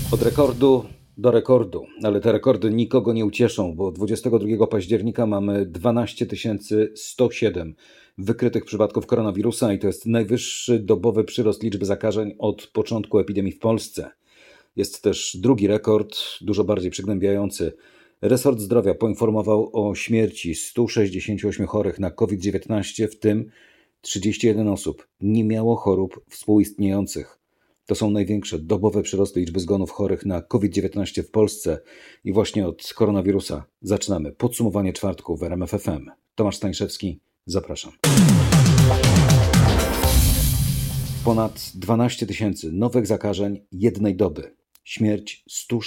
Od rekordu do rekordu, ale te rekordy nikogo nie ucieszą, bo 22 października mamy 12 107 wykrytych przypadków koronawirusa i to jest najwyższy dobowy przyrost liczby zakażeń od początku epidemii w Polsce. Jest też drugi rekord, dużo bardziej przygnębiający. Resort Zdrowia poinformował o śmierci 168 chorych na COVID-19, w tym 31 osób nie miało chorób współistniejących. To są największe dobowe przyrosty liczby zgonów chorych na COVID-19 w Polsce i właśnie od koronawirusa zaczynamy podsumowanie czwartku w RMF FM. Tomasz Stańszewski, zapraszam. Ponad 12 000 nowych zakażeń jednej doby. Śmierć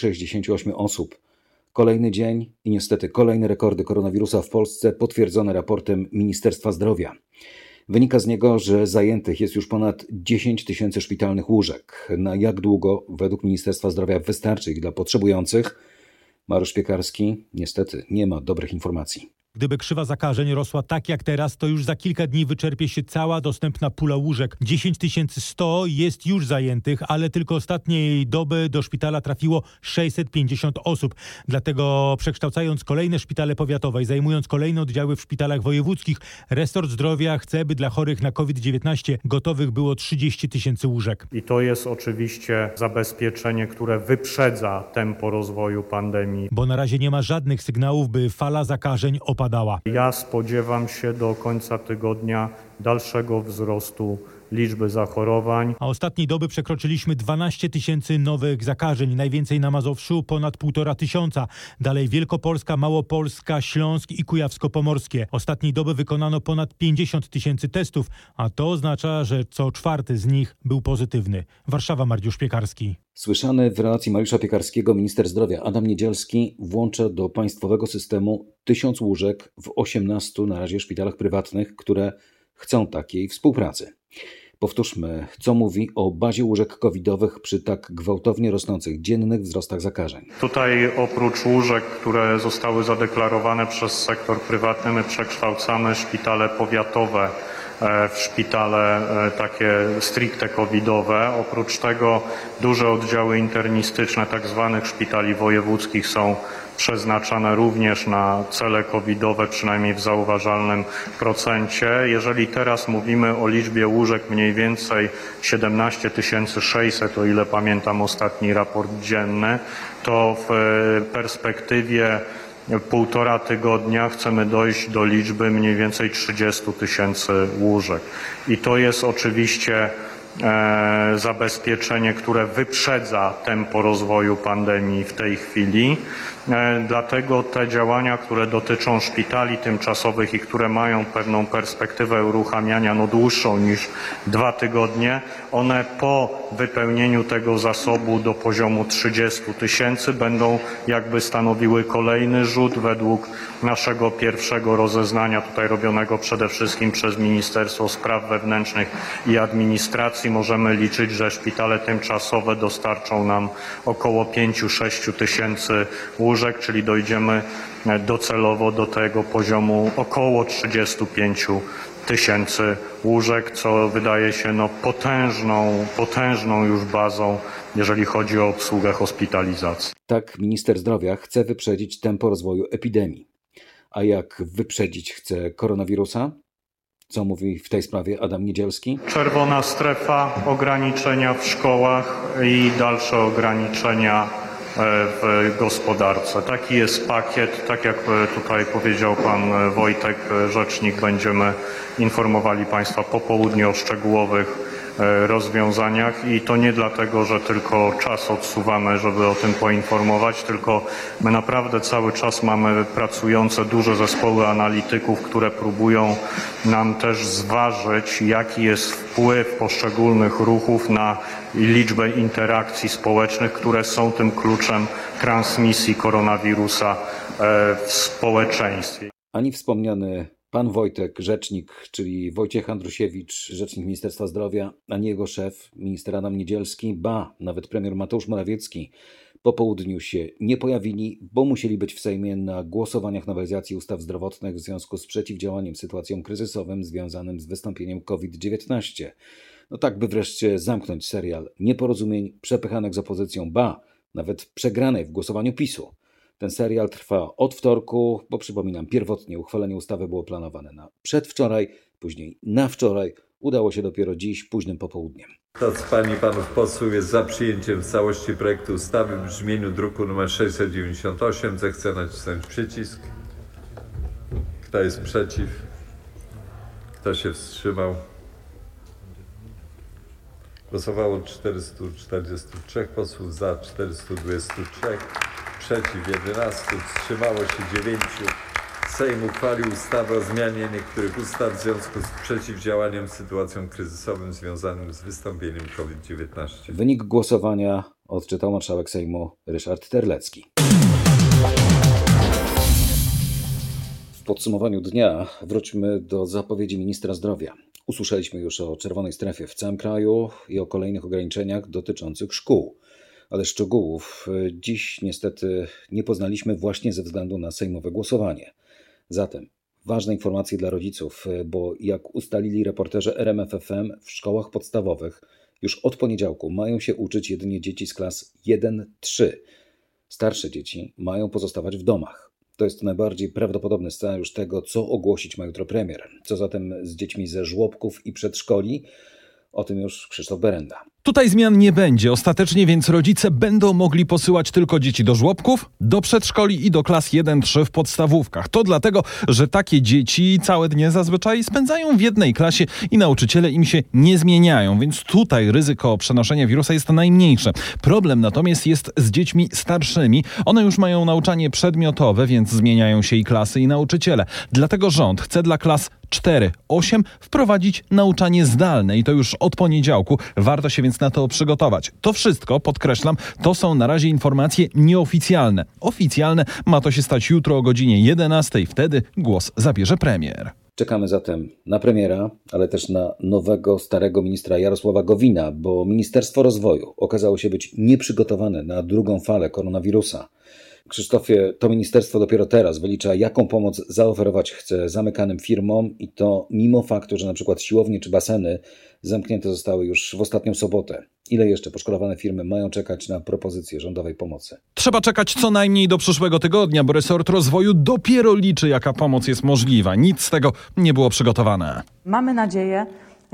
168 osób. Kolejny dzień i niestety kolejne rekordy koronawirusa w Polsce potwierdzone raportem Ministerstwa Zdrowia. Wynika z niego, że zajętych jest już ponad 10 000 szpitalnych łóżek. Na jak długo według Ministerstwa Zdrowia wystarczy ich dla potrzebujących? Mariusz Piekarski niestety nie ma dobrych informacji. Gdyby krzywa zakażeń rosła tak jak teraz, to już za kilka dni wyczerpie się cała dostępna pula łóżek. 10 100 jest już zajętych, ale tylko ostatniej doby do szpitala trafiło 650 osób. Dlatego przekształcając kolejne szpitale powiatowe i zajmując kolejne oddziały w szpitalach wojewódzkich, resort zdrowia chce, by dla chorych na COVID-19 gotowych było 30 000 łóżek. I to jest oczywiście zabezpieczenie, które wyprzedza tempo rozwoju pandemii. Bo na razie nie ma żadnych sygnałów, by fala zakażeń opadała. Ja spodziewam się do końca tygodnia dalszego wzrostu liczby zachorowań. A ostatniej doby przekroczyliśmy 12 000 nowych zakażeń. Najwięcej na Mazowszu, ponad 1500. Dalej Wielkopolska, Małopolska, Śląsk i Kujawsko-Pomorskie. Ostatniej doby wykonano ponad 50 000 testów, a to oznacza, że co czwarty z nich był pozytywny. Warszawa, Mariusz Piekarski. Słyszany w relacji Mariusza Piekarskiego minister zdrowia Adam Niedzielski włącza do państwowego systemu 1000 łóżek w 18 na razie szpitalach prywatnych, które chcą takiej współpracy. Powtórzmy, co mówi o bazie łóżek covidowych przy tak gwałtownie rosnących dziennych wzrostach zakażeń. Tutaj oprócz łóżek, które zostały zadeklarowane przez sektor prywatny, my przekształcamy szpitale powiatowe w szpitale takie stricte covidowe. Oprócz tego duże oddziały internistyczne tak zwanych szpitali wojewódzkich są przeznaczane również na cele covidowe, przynajmniej w zauważalnym procencie. Jeżeli teraz mówimy o liczbie łóżek mniej więcej 17 600, o ile pamiętam ostatni raport dzienny, to w perspektywie półtora tygodnia chcemy dojść do liczby mniej więcej 30 000 łóżek. I to jest oczywiście zabezpieczenie, które wyprzedza tempo rozwoju pandemii w tej chwili. Dlatego te działania, które dotyczą szpitali tymczasowych i które mają pewną perspektywę uruchamiania dłuższą niż 2 tygodnie, one po wypełnieniu tego zasobu do poziomu 30 000 będą jakby stanowiły kolejny rzut według naszego pierwszego rozeznania, tutaj robionego przede wszystkim przez Ministerstwo Spraw Wewnętrznych i Administracji. Możemy liczyć, że szpitale tymczasowe dostarczą nam około 5-6 tysięcy łóżek, czyli dojdziemy docelowo do tego poziomu około 35 000 łóżek, co wydaje się potężną już bazą, jeżeli chodzi o obsługę hospitalizacji. Tak minister zdrowia chce wyprzedzić tempo rozwoju epidemii. A jak wyprzedzić chce koronawirusa? Co mówi w tej sprawie Adam Niedzielski? Czerwona strefa, ograniczenia w szkołach i dalsze ograniczenia w gospodarce. Taki jest pakiet, tak jak tutaj powiedział pan Wojtek, rzecznik, będziemy informowali państwa po południu o szczegółowych rozwiązaniach i to nie dlatego, że tylko czas odsuwamy, żeby o tym poinformować, tylko my naprawdę cały czas mamy pracujące duże zespoły analityków, które próbują nam też zważyć, jaki jest wpływ poszczególnych ruchów na liczbę interakcji społecznych, które są tym kluczem transmisji koronawirusa w społeczeństwie. Ani wspomniany pan Wojtek, rzecznik, czyli Wojciech Andrusiewicz, rzecznik Ministerstwa Zdrowia, ani jego szef, minister Adam Niedzielski, ba, nawet premier Mateusz Morawiecki po południu się nie pojawili, bo musieli być w Sejmie na głosowaniach nowelizacji ustaw zdrowotnych w związku z przeciwdziałaniem sytuacjom kryzysowym związanym z wystąpieniem COVID-19. No tak, by wreszcie zamknąć serial nieporozumień, przepychanek z opozycją, ba, nawet przegranej w głosowaniu PiS-u. Ten serial trwa od wtorku, bo przypominam, pierwotnie uchwalenie ustawy było planowane na przedwczoraj, później na wczoraj. Udało się dopiero dziś, późnym popołudniem. Kto z pań i panów posłów jest za przyjęciem w całości projektu ustawy w brzmieniu druku nr 698, zechce nacisnąć przycisk. Kto jest przeciw? Kto się wstrzymał? Głosowało 443 posłów, za 423, przeciw 11, wstrzymało się 9. Sejm uchwalił ustawę o zmianie niektórych ustaw w związku z przeciwdziałaniem sytuacjom kryzysowym związanym z wystąpieniem COVID-19. Wynik głosowania odczytał marszałek Sejmu Ryszard Terlecki. W podsumowaniu dnia wróćmy do zapowiedzi ministra zdrowia. Usłyszeliśmy już o czerwonej strefie w całym kraju i o kolejnych ograniczeniach dotyczących szkół. Ale szczegółów dziś niestety nie poznaliśmy właśnie ze względu na sejmowe głosowanie. Zatem ważne informacje dla rodziców, bo jak ustalili reporterzy RMFFM, w szkołach podstawowych już od poniedziałku mają się uczyć jedynie dzieci z klas 1-3. Starsze dzieci mają pozostawać w domach. To jest najbardziej prawdopodobny scenariusz tego, co ogłosić ma jutro premier. Co zatem z dziećmi ze żłobków i przedszkoli? O tym już Krzysztof Berenda. Tutaj zmian nie będzie ostatecznie, więc rodzice będą mogli posyłać tylko dzieci do żłobków, do przedszkoli i do klas 1-3 w podstawówkach. To dlatego, że takie dzieci całe dnie zazwyczaj spędzają w jednej klasie i nauczyciele im się nie zmieniają, więc tutaj ryzyko przenoszenia wirusa jest najmniejsze. Problem natomiast jest z dziećmi starszymi. One już mają nauczanie przedmiotowe, więc zmieniają się i klasy, i nauczyciele. Dlatego rząd chce dla klas 4-8 wprowadzić nauczanie zdalne i to już od poniedziałku. Warto się więc na to przygotować. To wszystko, podkreślam, to są na razie informacje nieoficjalne. Oficjalne ma to się stać jutro o godzinie 11. Wtedy głos zabierze premier. Czekamy zatem na premiera, ale też na nowego, starego ministra Jarosława Gowina, bo Ministerstwo Rozwoju okazało się być nieprzygotowane na drugą falę koronawirusa. Krzysztofie, to ministerstwo dopiero teraz wylicza, jaką pomoc zaoferować chce zamykanym firmom i to mimo faktu, że na przykład siłownie czy baseny zamknięte zostały już w ostatnią sobotę. Ile jeszcze poszkodowane firmy mają czekać na propozycję rządowej pomocy? Trzeba czekać co najmniej do przyszłego tygodnia, bo resort rozwoju dopiero liczy, jaka pomoc jest możliwa. Nic z tego nie było przygotowane. Mamy nadzieję,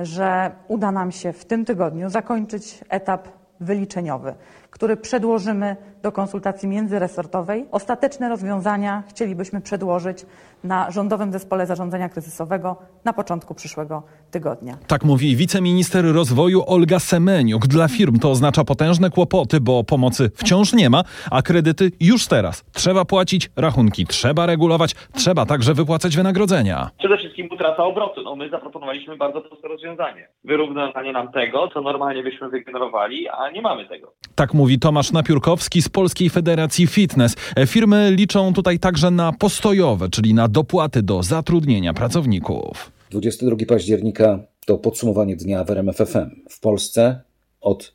że uda nam się w tym tygodniu zakończyć etap wyliczeniowy, który przedłożymy do konsultacji międzyresortowej. Ostateczne rozwiązania chcielibyśmy przedłożyć na Rządowym Zespole Zarządzania Kryzysowego na początku przyszłego tygodnia. Tak mówi wiceminister rozwoju Olga Semeniuk. Dla firm to oznacza potężne kłopoty, bo pomocy wciąż nie ma, a kredyty już teraz. Trzeba płacić rachunki, trzeba regulować, trzeba także wypłacać wynagrodzenia. Przede wszystkim utrata obrotu. My zaproponowaliśmy bardzo proste rozwiązanie. Wyrównanie nam tego, co normalnie byśmy wygenerowali, a nie mamy tego. Tak mówi Tomasz Napiórkowski z Polskiej Federacji Fitness. Firmy liczą tutaj także na postojowe, czyli na dopłaty do zatrudnienia pracowników. 22 października to podsumowanie dnia w RMFFM. W Polsce od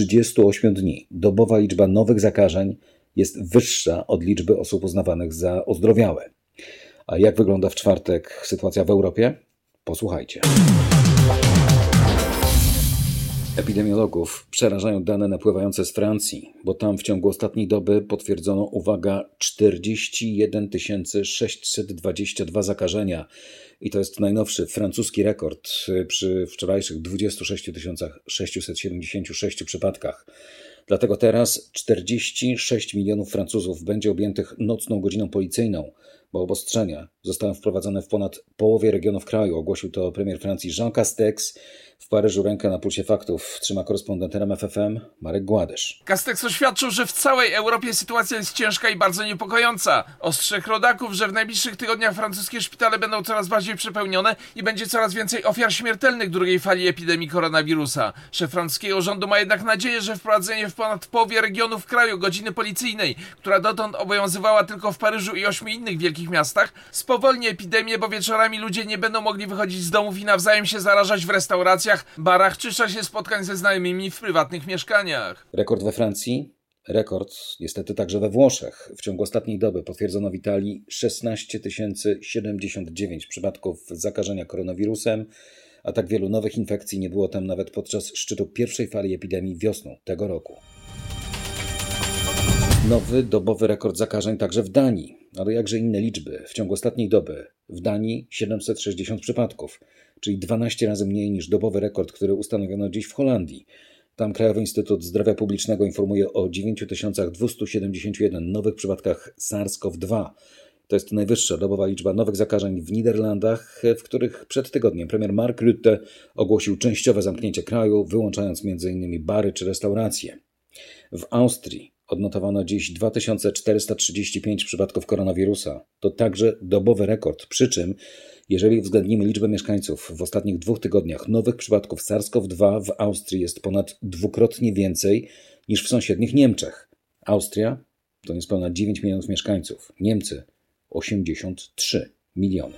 38 dni dobowa liczba nowych zakażeń jest wyższa od liczby osób uznawanych za ozdrowiałe. A jak wygląda w czwartek sytuacja w Europie? Posłuchajcie. Epidemiologów przerażają dane napływające z Francji, bo tam w ciągu ostatniej doby potwierdzono, uwaga, 41 622 zakażenia. I to jest najnowszy francuski rekord przy wczorajszych 26 676 przypadkach. Dlatego teraz 46 milionów Francuzów będzie objętych nocną godziną policyjną, bo obostrzenia zostały wprowadzone w ponad połowie regionów kraju. Ogłosił to premier Francji Jean Castex. W Paryżu rękę na pulsie faktów trzyma korespondent RMFFM Marek Gładysz. Castex oświadczył, że w całej Europie sytuacja jest ciężka i bardzo niepokojąca. Ostrzegł rodaków, że w najbliższych tygodniach francuskie szpitale będą coraz bardziej przepełnione i będzie coraz więcej ofiar śmiertelnych drugiej fali epidemii koronawirusa. Szef francuskiego rządu ma jednak nadzieję, że wprowadzenie w ponad połowie regionów kraju godziny policyjnej, która dotąd obowiązywała tylko w Paryżu i 8 innych wielkich miastach, spowolni epidemię, bo wieczorami ludzie nie będą mogli wychodzić z domów i nawzajem się zarażać w restauracjach, barach czy czasie spotkań ze znajomymi w prywatnych mieszkaniach. Rekord we Francji, rekord niestety także we Włoszech. W ciągu ostatniej doby potwierdzono w Italii 16 079 przypadków zakażenia koronawirusem, a tak wielu nowych infekcji nie było tam nawet podczas szczytu pierwszej fali epidemii wiosną tego roku. Nowy dobowy rekord zakażeń także w Danii. Ale jakże inne liczby. W ciągu ostatniej doby w Danii 760 przypadków, czyli 12 razy mniej niż dobowy rekord, który ustanowiono dziś w Holandii. Tam Krajowy Instytut Zdrowia Publicznego informuje o 9271 nowych przypadkach SARS-CoV-2. To jest najwyższa dobowa liczba nowych zakażeń w Niderlandach, w których przed tygodniem premier Mark Rutte ogłosił częściowe zamknięcie kraju, wyłączając m.in. bary czy restauracje. W Austrii odnotowano dziś 2435 przypadków koronawirusa. To także dobowy rekord, przy czym jeżeli uwzględnimy liczbę mieszkańców w ostatnich 2 tygodniach, nowych przypadków SARS-CoV-2 w Austrii jest ponad dwukrotnie więcej niż w sąsiednich Niemczech. Austria to niespełna 9 milionów mieszkańców, Niemcy 83 miliony.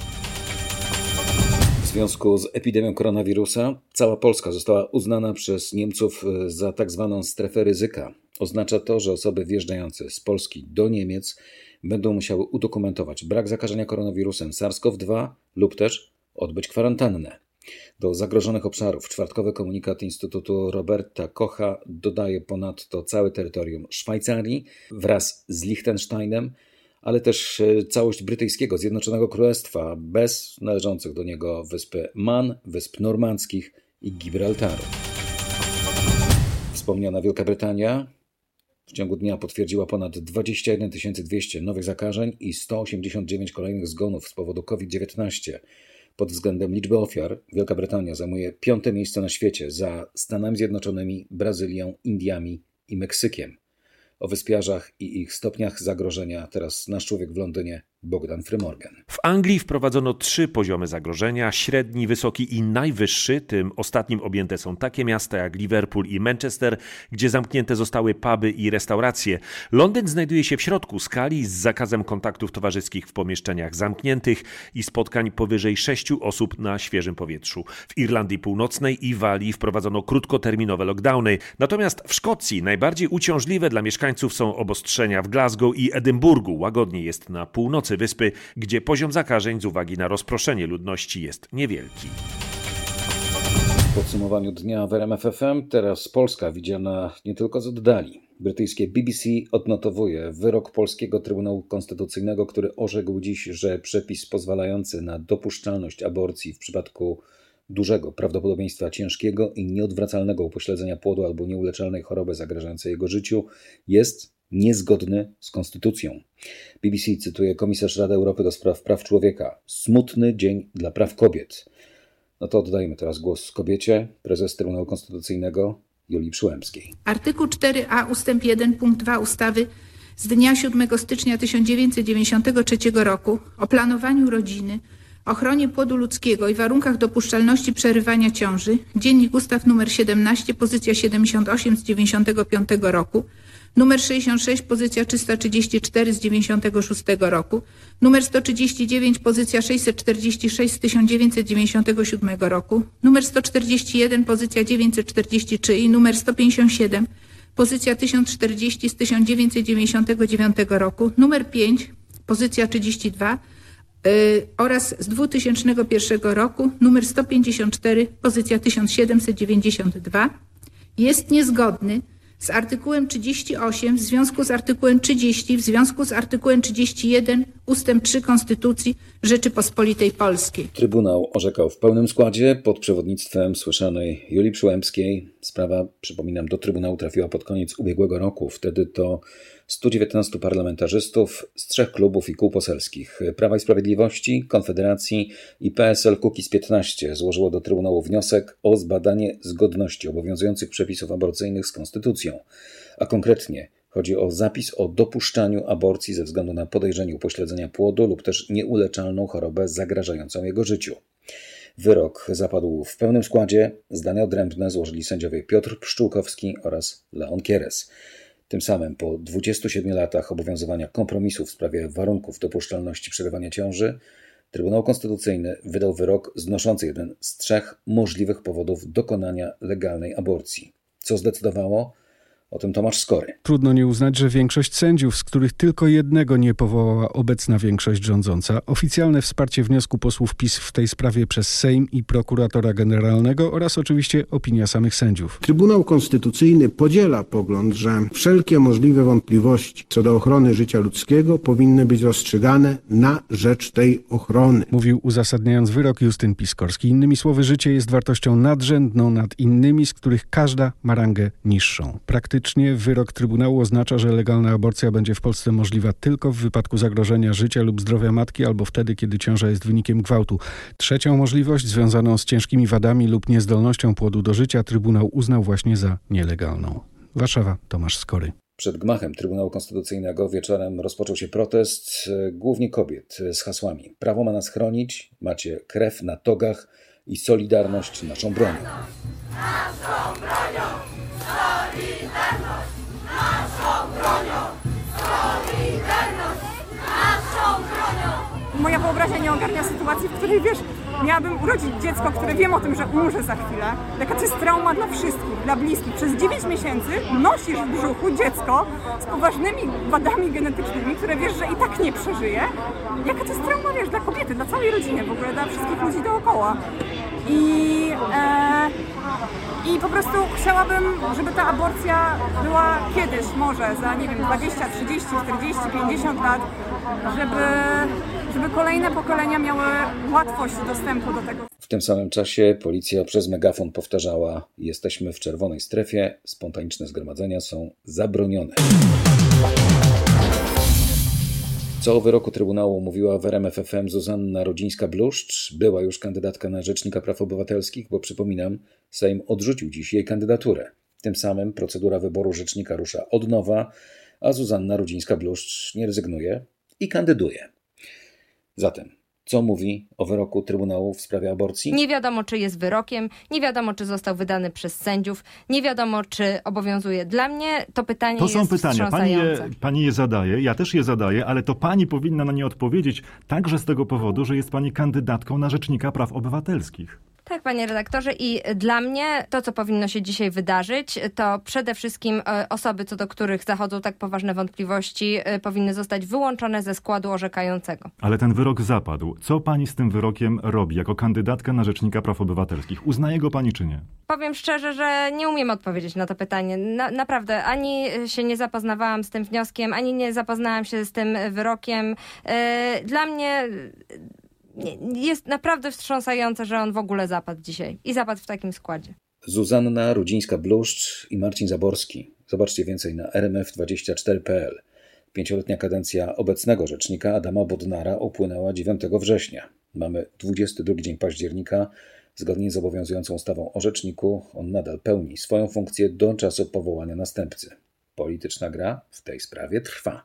W związku z epidemią koronawirusa cała Polska została uznana przez Niemców za tak zwaną strefę ryzyka. Oznacza to, że osoby wjeżdżające z Polski do Niemiec będą musiały udokumentować brak zakażenia koronawirusem SARS-CoV-2 lub też odbyć kwarantannę. Do zagrożonych obszarów czwartkowy komunikat Instytutu Roberta Kocha dodaje ponadto całe terytorium Szwajcarii wraz z Liechtensteinem, ale też całość brytyjskiego Zjednoczonego Królestwa bez należących do niego wyspy Man, Wysp Normandzkich i Gibraltaru. Wspomniana Wielka Brytania w ciągu dnia potwierdziła ponad 21 200 nowych zakażeń i 189 kolejnych zgonów z powodu COVID-19. Pod względem liczby ofiar Wielka Brytania zajmuje 5. miejsce na świecie za Stanami Zjednoczonymi, Brazylią, Indiami i Meksykiem. O wyspiarzach i ich stopniach zagrożenia teraz nasz człowiek w Londynie, Bogdan Frymorgan. W Anglii wprowadzono 3 poziomy zagrożenia, średni, wysoki i najwyższy. Tym ostatnim objęte są takie miasta jak Liverpool i Manchester, gdzie zamknięte zostały puby i restauracje. Londyn znajduje się w środku skali z zakazem kontaktów towarzyskich w pomieszczeniach zamkniętych i spotkań powyżej 6 osób na świeżym powietrzu. W Irlandii Północnej i Walii wprowadzono krótkoterminowe lockdowny. Natomiast w Szkocji najbardziej uciążliwe dla mieszkańców są obostrzenia w Glasgow i Edynburgu. Łagodniej jest na północy wyspy, gdzie poziom zakażeń z uwagi na rozproszenie ludności jest niewielki. W podsumowaniu dnia w RMF FM teraz Polska widziana nie tylko z oddali. Brytyjskie BBC odnotowuje wyrok polskiego Trybunału Konstytucyjnego, który orzekł dziś, że przepis pozwalający na dopuszczalność aborcji w przypadku dużego prawdopodobieństwa ciężkiego i nieodwracalnego upośledzenia płodu albo nieuleczalnej choroby zagrażającej jego życiu jest niezgodny z konstytucją. BBC cytuje komisarz Rady Europy do spraw praw człowieka. Smutny dzień dla praw kobiet. No to oddajmy teraz głos kobiecie, prezes Trybunału Konstytucyjnego Julii Przyłębskiej. Artykuł 4a ustęp 1 punkt 2 ustawy z dnia 7 stycznia 1993 roku o planowaniu rodziny, ochronie płodu ludzkiego i warunkach dopuszczalności przerywania ciąży, Dziennik Ustaw nr 17, pozycja 78 z 95 roku, numer 66, pozycja 334 z 96 roku, numer 139, pozycja 646 z 1997 roku, numer 141, pozycja 943 i numer 157, pozycja 1040 z 1999 roku, numer 5, pozycja 32 oraz z 2001 roku, numer 154, pozycja 1792, jest niezgodny z artykułem 38 w związku z artykułem 30 w związku z artykułem 31 ustęp 3 Konstytucji Rzeczypospolitej Polskiej. Trybunał orzekał w pełnym składzie pod przewodnictwem słyszanej Julii Przyłębskiej. Sprawa, przypominam, do Trybunału trafiła pod koniec ubiegłego roku. Wtedy to 119 parlamentarzystów z 3 klubów i kół poselskich Prawa i Sprawiedliwości, Konfederacji i PSL-Kukiz15 złożyło do Trybunału wniosek o zbadanie zgodności obowiązujących przepisów aborcyjnych z konstytucją, a konkretnie chodzi o zapis o dopuszczaniu aborcji ze względu na podejrzenie upośledzenia płodu lub też nieuleczalną chorobę zagrażającą jego życiu. Wyrok zapadł w pełnym składzie. Zdania odrębne złożyli sędziowie Piotr Pszczółkowski oraz Leon Kieres. Tym samym po 27 latach obowiązywania kompromisu w sprawie warunków dopuszczalności przerywania ciąży, Trybunał Konstytucyjny wydał wyrok znoszący jeden z 3 możliwych powodów dokonania legalnej aborcji. Co zdecydowało? O tym Tomasz Skory. Trudno nie uznać, że większość sędziów, z których tylko jednego nie powołała obecna większość rządząca, oficjalne wsparcie wniosku posłów PiS w tej sprawie przez Sejm i prokuratora generalnego oraz oczywiście opinia samych sędziów. Trybunał Konstytucyjny podziela pogląd, że wszelkie możliwe wątpliwości co do ochrony życia ludzkiego powinny być rozstrzygane na rzecz tej ochrony. Mówił uzasadniając wyrok Justyn Piskorski. Innymi słowy, życie jest wartością nadrzędną nad innymi, z których każda ma rangę niższą. Praktycznie wyrok Trybunału oznacza, że legalna aborcja będzie w Polsce możliwa tylko w wypadku zagrożenia życia lub zdrowia matki albo wtedy, kiedy ciąża jest wynikiem gwałtu. Trzecią możliwość, związaną z ciężkimi wadami lub niezdolnością płodu do życia, Trybunał uznał właśnie za nielegalną. Warszawa, Tomasz Skory. Przed gmachem Trybunału Konstytucyjnego wieczorem rozpoczął się protest głównie kobiet z hasłami: prawo ma nas chronić, macie krew na togach i solidarność naszą bronią. Naszą bronią, solidarność, naszą bronią, solidarność, naszą bronią. Moja wyobraźnia nie ogarnia sytuacji, w której, miałabym urodzić dziecko, które wiem o tym, że umrze za chwilę. Jaka to jest trauma dla wszystkich, dla bliskich. Przez 9 miesięcy nosisz w brzuchu dziecko z poważnymi wadami genetycznymi, które wiesz, że i tak nie przeżyje. Jaka to jest trauma, dla kobiety, dla całej rodziny w ogóle, dla wszystkich ludzi dookoła. I po prostu chciałabym, żeby ta aborcja była kiedyś, może za, 20, 30, 40, 50 lat, żeby kolejne pokolenia miały łatwość dostępu do tego. W tym samym czasie policja przez megafon powtarzała: jesteśmy w czerwonej strefie, spontaniczne zgromadzenia są zabronione. Co o wyroku Trybunału mówiła w RMF FM Zuzanna Rudzińska-Bluszcz, była już kandydatka na Rzecznika Praw Obywatelskich, bo przypominam, Sejm odrzucił dziś jej kandydaturę. Tym samym procedura wyboru rzecznika rusza od nowa, a Zuzanna Rudzińska-Bluszcz nie rezygnuje i kandyduje. Zatem, co mówi o wyroku Trybunału w sprawie aborcji? Nie wiadomo, czy jest wyrokiem, nie wiadomo, czy został wydany przez sędziów, nie wiadomo, czy obowiązuje. Dla mnie to pytanie jest wstrząsające. Pani je zadaje, ja też je zadaję, ale to pani powinna na nie odpowiedzieć także z tego powodu, że jest pani kandydatką na Rzecznika Praw Obywatelskich. Tak, panie redaktorze, i dla mnie to, co powinno się dzisiaj wydarzyć, to przede wszystkim osoby, co do których zachodzą tak poważne wątpliwości, powinny zostać wyłączone ze składu orzekającego. Ale ten wyrok zapadł. Co pani z tym wyrokiem robi jako kandydatka na Rzecznika Praw Obywatelskich? Uznaje go pani czy nie? Powiem szczerze, że nie umiem odpowiedzieć na to pytanie. Naprawdę, ani się nie zapoznawałam z tym wnioskiem, ani nie zapoznałam się z tym wyrokiem. Dla mnie jest naprawdę wstrząsające, że on w ogóle zapadł dzisiaj i zapadł w takim składzie. Zuzanna Rudzińska-Bluszcz i Marcin Zaborski. Zobaczcie więcej na rmf24.pl. 5-letnia kadencja obecnego rzecznika Adama Bodnara upłynęła 9 września. Mamy 22 dzień października. Zgodnie z obowiązującą ustawą o rzeczniku, on nadal pełni swoją funkcję do czasu powołania następcy. Polityczna gra w tej sprawie trwa.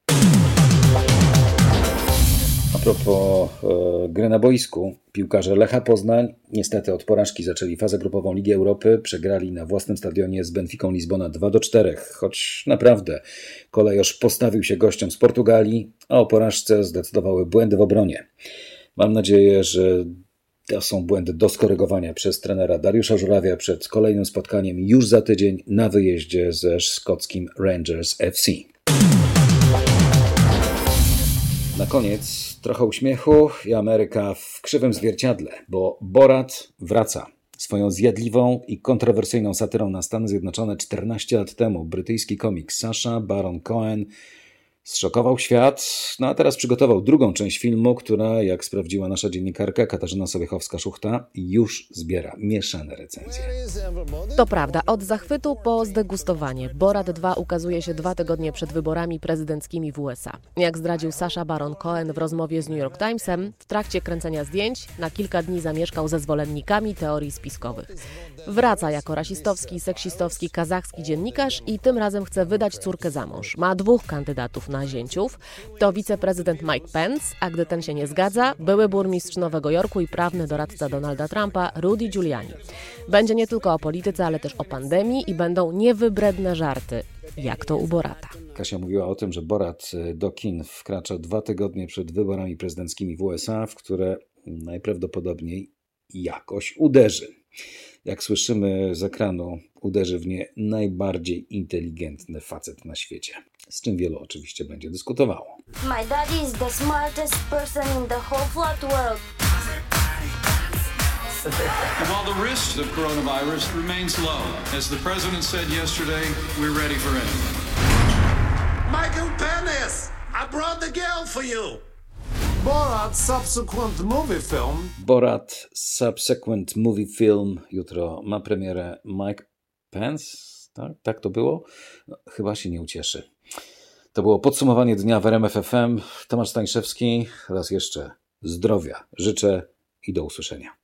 A propos gry na boisku, piłkarze Lecha Poznań niestety od porażki zaczęli fazę grupową Ligi Europy, przegrali na własnym stadionie z Benficą Lizbona 2-4, choć naprawdę kolejorz postawił się gościom z Portugalii, a o porażce zdecydowały błędy w obronie. Mam nadzieję, że to są błędy do skorygowania przez trenera Dariusza Żurawia przed kolejnym spotkaniem już za tydzień na wyjeździe ze szkockim Rangers FC. Na koniec trochę uśmiechu i Ameryka w krzywym zwierciadle, bo Borat wraca. Swoją zjadliwą i kontrowersyjną satyrą na Stany Zjednoczone 14 lat temu brytyjski komik Sacha Baron Cohen zszokował świat, a teraz przygotował drugą część filmu, która, jak sprawdziła nasza dziennikarka Katarzyna Sobiechowska-Szuchta, już zbiera mieszane recenzje. To prawda, od zachwytu po zdegustowanie. Borat 2 ukazuje się 2 tygodnie przed wyborami prezydenckimi w USA. Jak zdradził Sacha Baron Cohen w rozmowie z New York Timesem, w trakcie kręcenia zdjęć na kilka dni zamieszkał ze zwolennikami teorii spiskowych. Wraca jako rasistowski, seksistowski, kazachski dziennikarz i tym razem chce wydać córkę za mąż. Ma 2 kandydatów na zięciów. To wiceprezydent Mike Pence, a gdy ten się nie zgadza, były burmistrz Nowego Jorku i prawny doradca Donalda Trumpa Rudy Giuliani. Będzie nie tylko o polityce, ale też o pandemii i będą niewybredne żarty, jak to u Borata. Kasia mówiła o tym, że Borat do kin wkracza 2 tygodnie przed wyborami prezydenckimi w USA, w które najprawdopodobniej jakoś uderzy. Jak słyszymy z ekranu, uderzy w nie najbardziej inteligentny facet na świecie. Z czym wielu oczywiście będzie dyskutowało. My daddy is the smartest person in the whole flat world. While the risk of coronavirus remains low, as the president said yesterday, we're ready for anything. Michael Penis, I brought the girl for you. Borat subsequent movie film. Jutro ma premierę Mike Pence. Tak to było? No, chyba się nie ucieszy. To było podsumowanie dnia w RMF FM. Tomasz Stańszewski. Raz jeszcze zdrowia życzę i do usłyszenia.